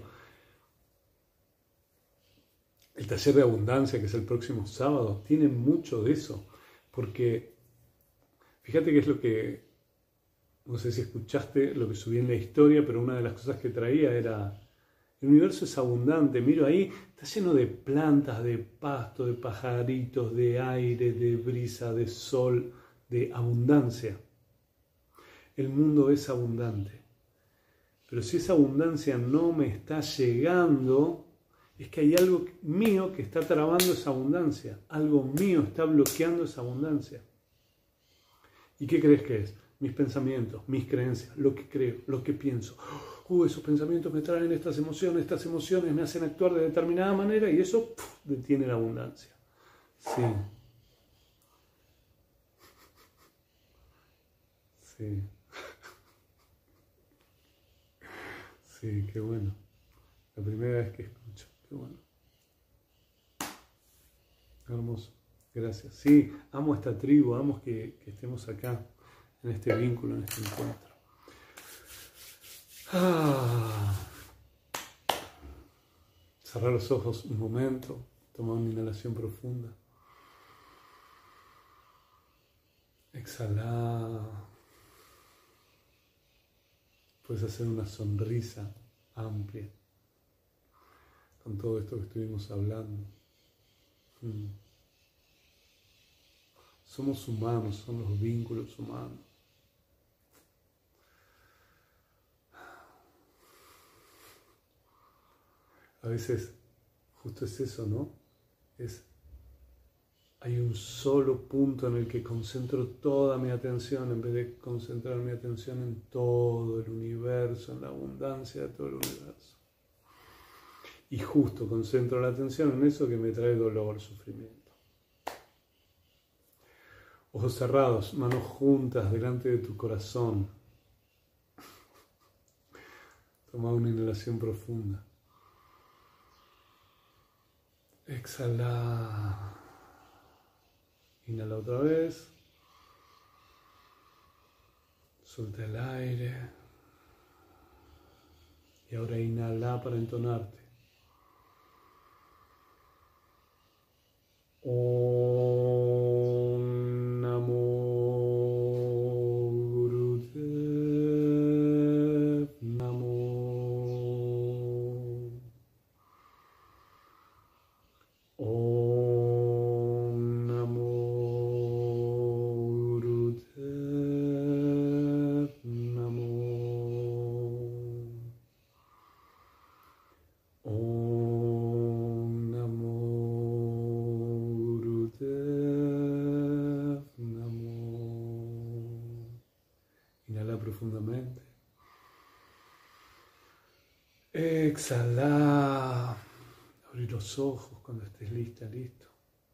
el taller de abundancia, que es el próximo sábado, tiene mucho de eso. Porque fíjate que es lo que, no sé si escuchaste lo que subí en la historia, pero una de las cosas que traía era, el universo es abundante, miro ahí, está lleno de plantas, de pasto, de pajaritos, de aire, de brisa, de sol, de abundancia. El mundo es abundante. Pero si esa abundancia no me está llegando, es que hay algo mío que está trabando esa abundancia. Algo mío está bloqueando esa abundancia. ¿Y qué crees que es? Mis pensamientos, mis creencias, lo que creo, lo que pienso. Esos pensamientos me traen estas emociones me hacen actuar de determinada manera y eso detiene la abundancia. Sí. Sí. Sí, qué bueno. La primera vez que escucho, qué bueno. Hermoso. Gracias. Sí, amo esta tribu, amo que estemos acá, en este vínculo, en este encuentro. Cerrar los ojos un momento, tomar una inhalación profunda. Exhalar. Puedes hacer una sonrisa amplia con todo esto que estuvimos hablando. Somos humanos, son los vínculos humanos. A veces justo es eso, ¿no? Hay un solo punto en el que concentro toda mi atención en vez de concentrar mi atención en todo el universo, en la abundancia de todo el universo. Y justo concentro la atención en eso que me trae dolor, sufrimiento. Ojos cerrados, manos juntas delante de tu corazón. Toma una inhalación profunda. Exhala. Inhala otra vez. Suelta el aire. Y ahora inhala para entonarte. Om Namo Gurudev Namo. Om Namo Gurudev Namo. Om Namo Gurudev Namo. Inhala profundamente. Exhala. Abrir los ojos cuando estés lista, listo.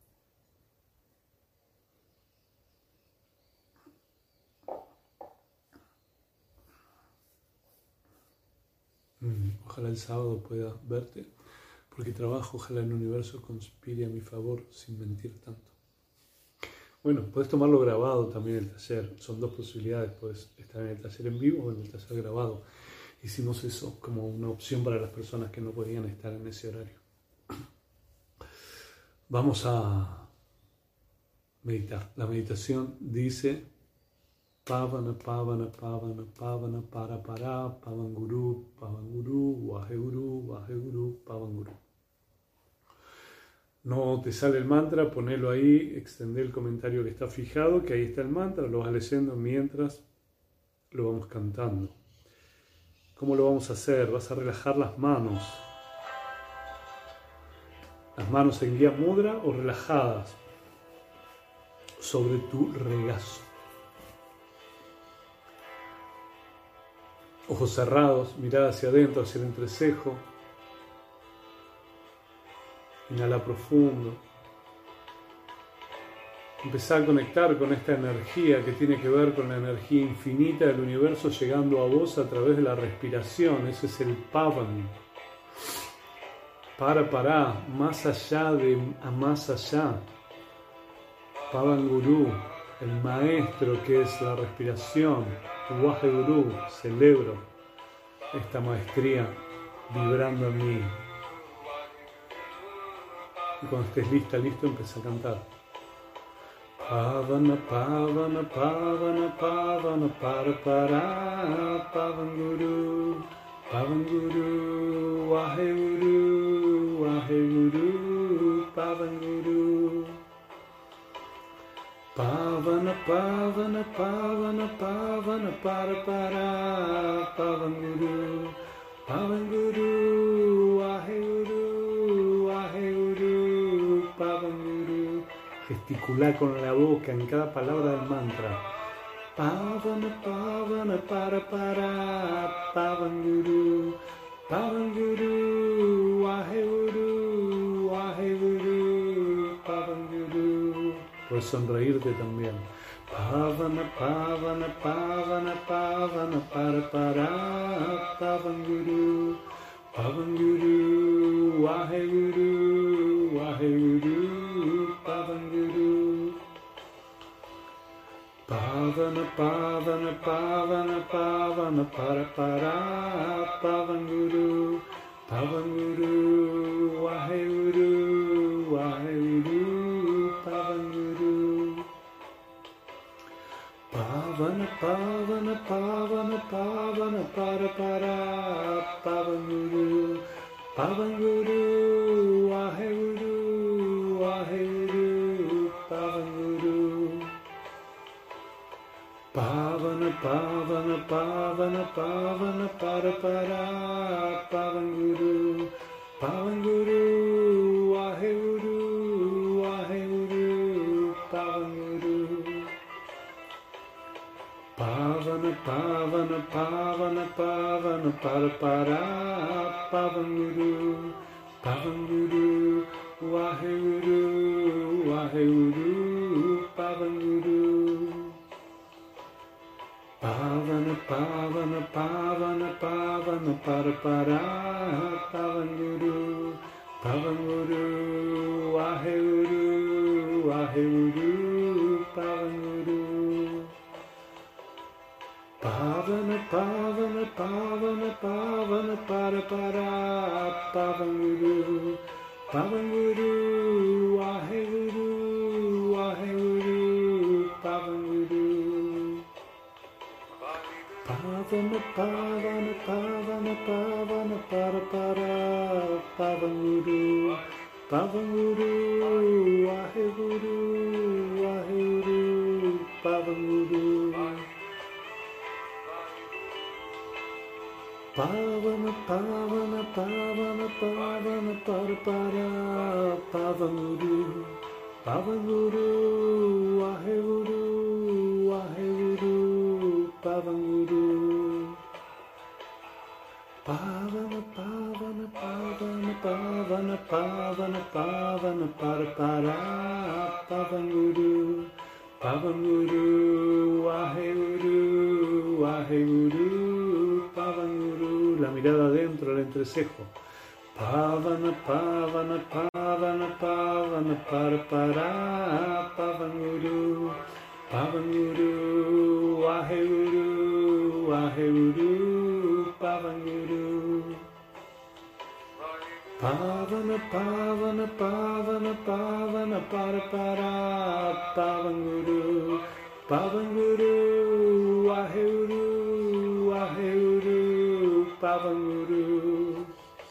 Ojalá el sábado pueda verte, porque trabajo, ojalá el universo conspire a mi favor sin mentir tanto. Bueno, puedes tomarlo grabado también el taller, son dos posibilidades, puedes estar en el taller en vivo o en el taller grabado. Hicimos eso como una opción para las personas que no podían estar en ese horario. Vamos a meditar. La meditación dice Pavana, Pavana, Pavana, Pavana, para, Pavanguru, Pavanguru, Waheguru, Waheguru, Pavanguru. No te sale el mantra, ponelo ahí, extende el comentario que está fijado, que ahí está el mantra, lo vas leyendo mientras lo vamos cantando. ¿Cómo lo vamos a hacer? Vas a relajar las manos. Las manos en guía mudra o relajadas. sobre tu regazo. Ojos cerrados, mirada hacia adentro, hacia el entrecejo. Inhala profundo. Empezá a conectar con esta energía que tiene que ver con la energía infinita del universo llegando a vos a través de la respiración. Ese es el Pavan. Para, más allá de más allá. Pavan Guru, el maestro que es la respiración. Waheguru, celebro esta maestría vibrando en mí. Y cuando estés listo, empieza a cantar. Pavana, Pavana, Pavana, Pavana, para, Pavan Guru, Waheguru, Waheguru, Pavan Guru. Pavana, Pavana, Pavana, Pavana, para, Pavan Guru, Waheguru, Waheguru, Pavan Guru. Gesticulá con la boca en cada palabra del mantra. Pavana, Pavana, para, Pavan Guru, Waheguru, Waheguru, Pavan Guru. Puedes sonreírte también. Pavana, Pavana, Pavana, Pavana, para, Pavan Guru, Waheguru, Waheguru, Pavan Guru. Pavana, Pavana, Pavana, Pavana, para, Pavan Guru, Waheguru, Waheguru, Pavan Guru. Pavana, Pavana, Pavana, Pavana, para, Pavan Guru, Waheguru, Waheguru, Pavan Guru. Pavana, Pavana, Pavana, Pavana, para, Pavan Guru, Waheguru, Waheguru, Pavan Guru. Pavana, Pavana, Pavana, Pavana, para, Pavan Guru, Waheguru, Waheguru, Pavan Guru. Pavana, Pavana, Pavana, Pavana, para, Pavan Guru, Waheguru, Waheguru, Pavan Guru. Pavana, Pavana, Pavana, Pavana, para, Pavan Guru, Waheguru, Waheguru, Pavan Guru. Pavana, Pavana, Pavana, Pavana, para, Pavan Guru, Waheguru, Waheguru, Pavan Guru. Pavana, Pavana, Pavana, Pavana, para, Pavan Guru, Waheguru, Waheguru, Pavan Guru. Pavana, Pavana, Pavana, Pavana, Pavana, Pavana, para, Pavan Guru, Waheguru, Waheguru, Pavan Guru. La mirada adentro, el entrecejo. Pavana, Pavana, Pavana, Pavana, para, Pavan Guru, Waheguru, Waheguru, Pavan Guru. Pavana, Pavana, Pavana, Pavana, para, Pavan Guru, Waheguru, Waheguru, Pavan Guru.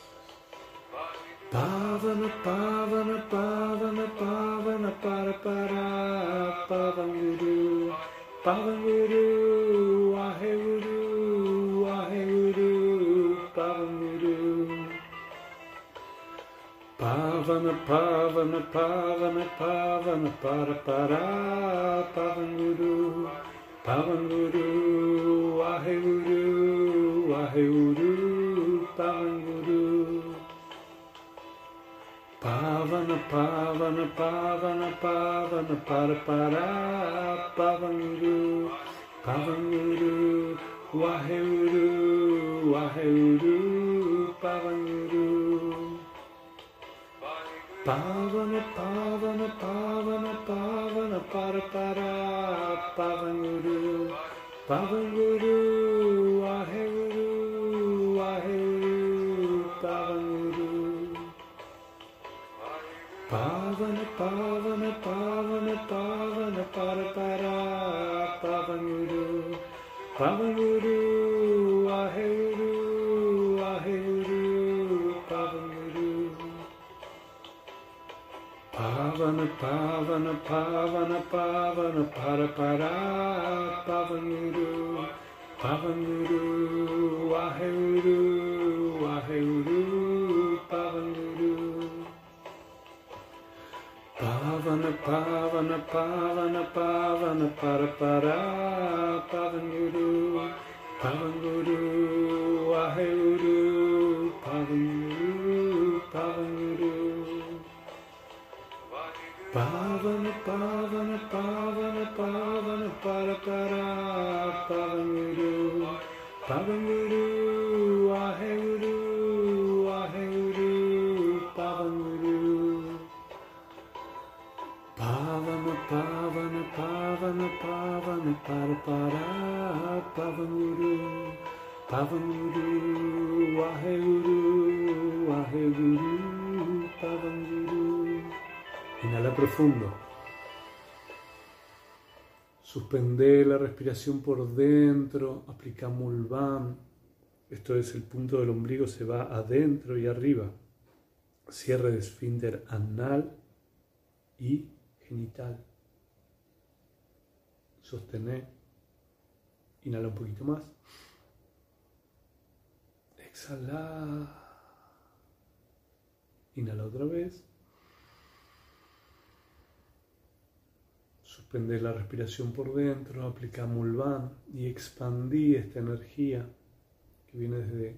Pavana, Pavana, Pavana, Pavana, para, Pavan Guru, Waheguru, Waheguru, Pavan Guru. Pavana, Pavana, Pavana, Pavana, Pavana, Para, Pavanguru, Pavanguru, Waheguru, Waheguru, Pavanguru. Pavana, Pavana, Pavana, Pavana, Para, Pavanguru, Pavanguru, Waheguru, Waheguru, Pavanguru. Pavana, Pavana, Pavana, Pavana, Para, Pavanguru, Pavanguru, Waheguru, Waheguru, Pavanguru. Pavana, Pavana, Pavana, Pavana, Para, Pavanguru, Pavanguru, Waheguru, Waheguru, Pavanguru. Pavana, Pavana, Pavana, Pavana, Para, Pavanguru, Pavanguru, Waheguru, Waheguru, Pavanguru. Pavana, Pavana, Pavana, Pavana, Para, Pavanguru, Pavanguru, Waheguru, Pavanguru, Pavanguru. Pavana, Pavana, Pavana, Pavana, Para, Pavanguru, Pavanguru, Waheguru, Waheguru, Pavanguru. Pavana, Pavana, Pavana, Pavana, Para, Pavanguru, Pavanguru, Waheguru, Waheguru, Pavanguru. Inhala profundo. Suspende la respiración por dentro, aplica Mulvan. Esto es, el punto del ombligo se va adentro y arriba. Cierre de esfínter anal y genital. Sostener. Inhala un poquito más. Exhala. Inhala otra vez. Suspende la respiración por dentro, aplica Mulvan y expandí esta energía que viene desde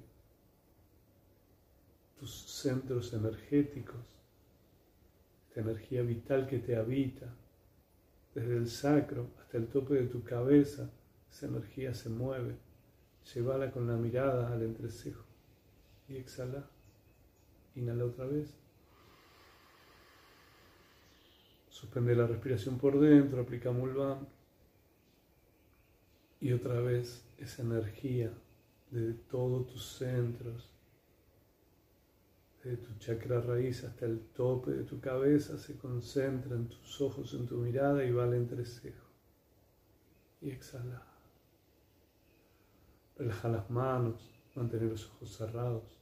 tus centros energéticos, esta energía vital que te habita, desde el sacro hasta el tope de tu cabeza. Esa energía se mueve. Llévala con la mirada al entrecejo y exhala. Inhala otra vez. Suspende la respiración por dentro, aplica Mulvan. Y otra vez esa energía de todos tus centros, desde tu chakra raíz hasta el tope de tu cabeza, se concentra en tus ojos, en tu mirada y va al entrecejo. Y exhala. Relaja las manos, mantén los ojos cerrados.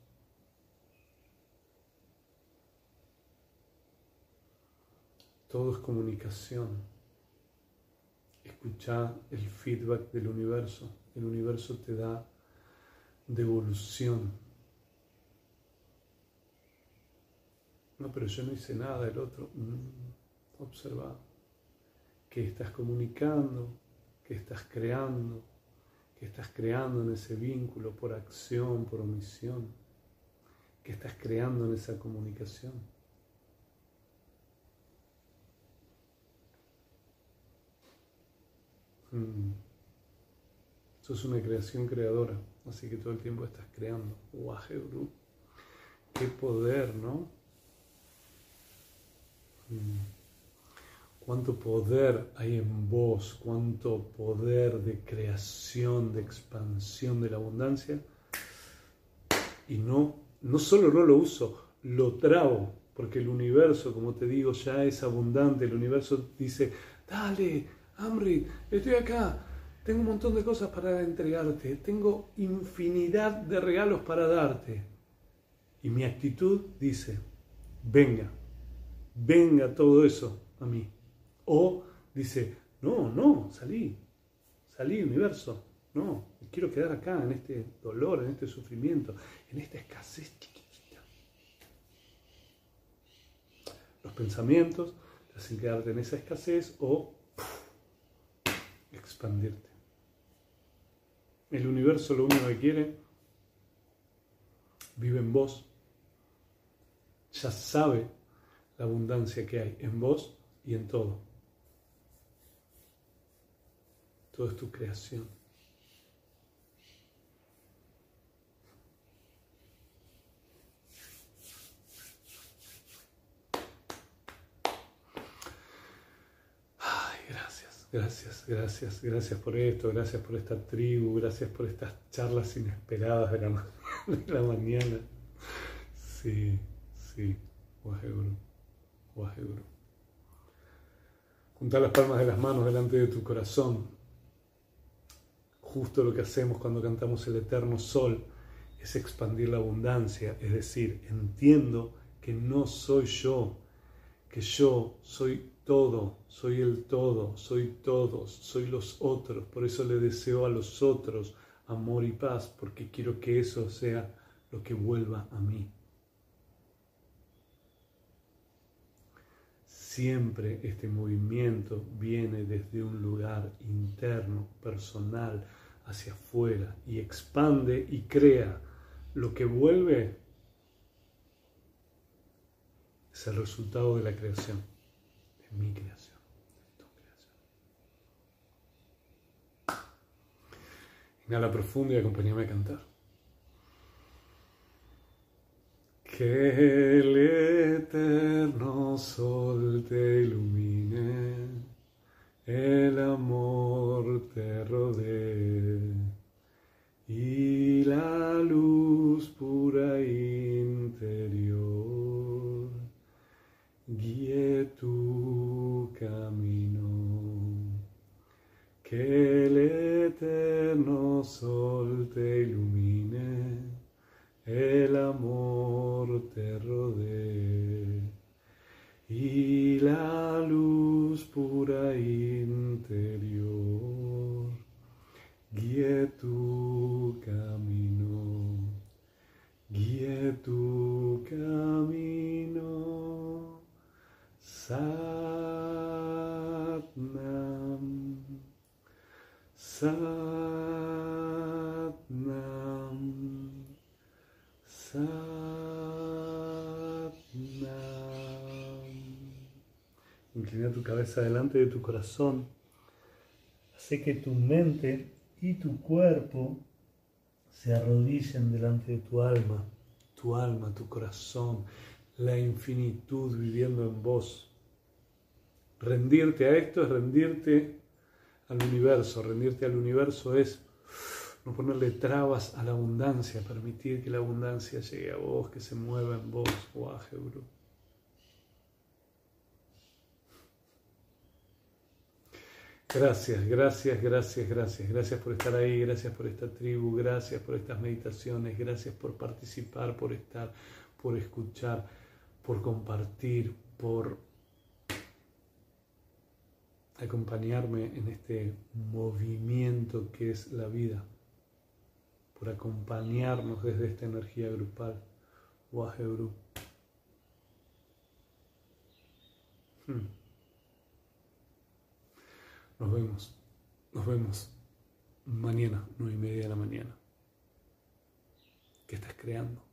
Todo es comunicación. Escucha el feedback del universo. El universo te da devolución. No, pero yo no hice nada, el otro. Observa. ¿Qué estás comunicando? ¿Qué estás creando? ¿Qué estás creando en ese vínculo por acción, por omisión? ¿Qué estás creando en esa comunicación? Sos una creación creadora, así que todo el tiempo estás creando. Waheguru, qué poder, ¿no? Cuánto poder hay en vos, cuánto poder de creación, de expansión de la abundancia. Y no solo no lo uso, lo trabo, porque el universo, como te digo, ya es abundante. El universo dice, dale, Amrit, estoy acá, tengo un montón de cosas para entregarte, tengo infinidad de regalos para darte. Y mi actitud dice, venga todo eso a mí. O dice, no, salí universo, no, me quiero quedar acá en este dolor, en este sufrimiento, en esta escasez chiquitita. Los pensamientos te hacen quedarte en esa escasez o expandirte. El universo lo único que quiere, vive en vos, ya sabe la abundancia que hay en vos y en todo. Todo es tu creación. Ay, gracias por esto, gracias por esta tribu, gracias por estas charlas inesperadas de la mañana. Sí, Waheguru. Juntar las palmas de las manos delante de tu corazón. Justo lo que hacemos cuando cantamos el Eterno Sol es expandir la abundancia, es decir, entiendo que no soy yo, que yo soy todo, soy el todo, soy todos, soy los otros, por eso le deseo a los otros amor y paz, porque quiero que eso sea lo que vuelva a mí. Siempre este movimiento viene desde un lugar interno, personal, hacia afuera, y expande y crea. Lo que vuelve es el resultado de la creación, de mi creación, de tu creación. Inhala profundo y acompáñame a cantar. Que el eterno sol te ilumine, el amor te rodee y la luz pura interior guíe tu camino. Que el eterno sol te ilumine, el amor te rodee y la luz pura interior guíe tu camino, guíe tu camino. Satnam, Satnam, Satnam. Inclina tu cabeza delante de tu corazón. Hace que tu mente y tu cuerpo se arrodillen delante de tu alma, tu corazón, la infinitud viviendo en vos. Rendirte a esto es rendirte al universo. Rendirte al universo es no ponerle trabas a la abundancia, permitir que la abundancia llegue a vos, que se mueva en vos, Waheguru. Gracias por estar ahí, gracias por esta tribu, gracias por estas meditaciones, gracias por participar, por estar, por escuchar, por compartir, por acompañarme en este movimiento que es la vida, por acompañarnos desde esta energía grupal. Waheguru. Nos vemos mañana, 9:30 de la mañana. ¿Qué estás creando?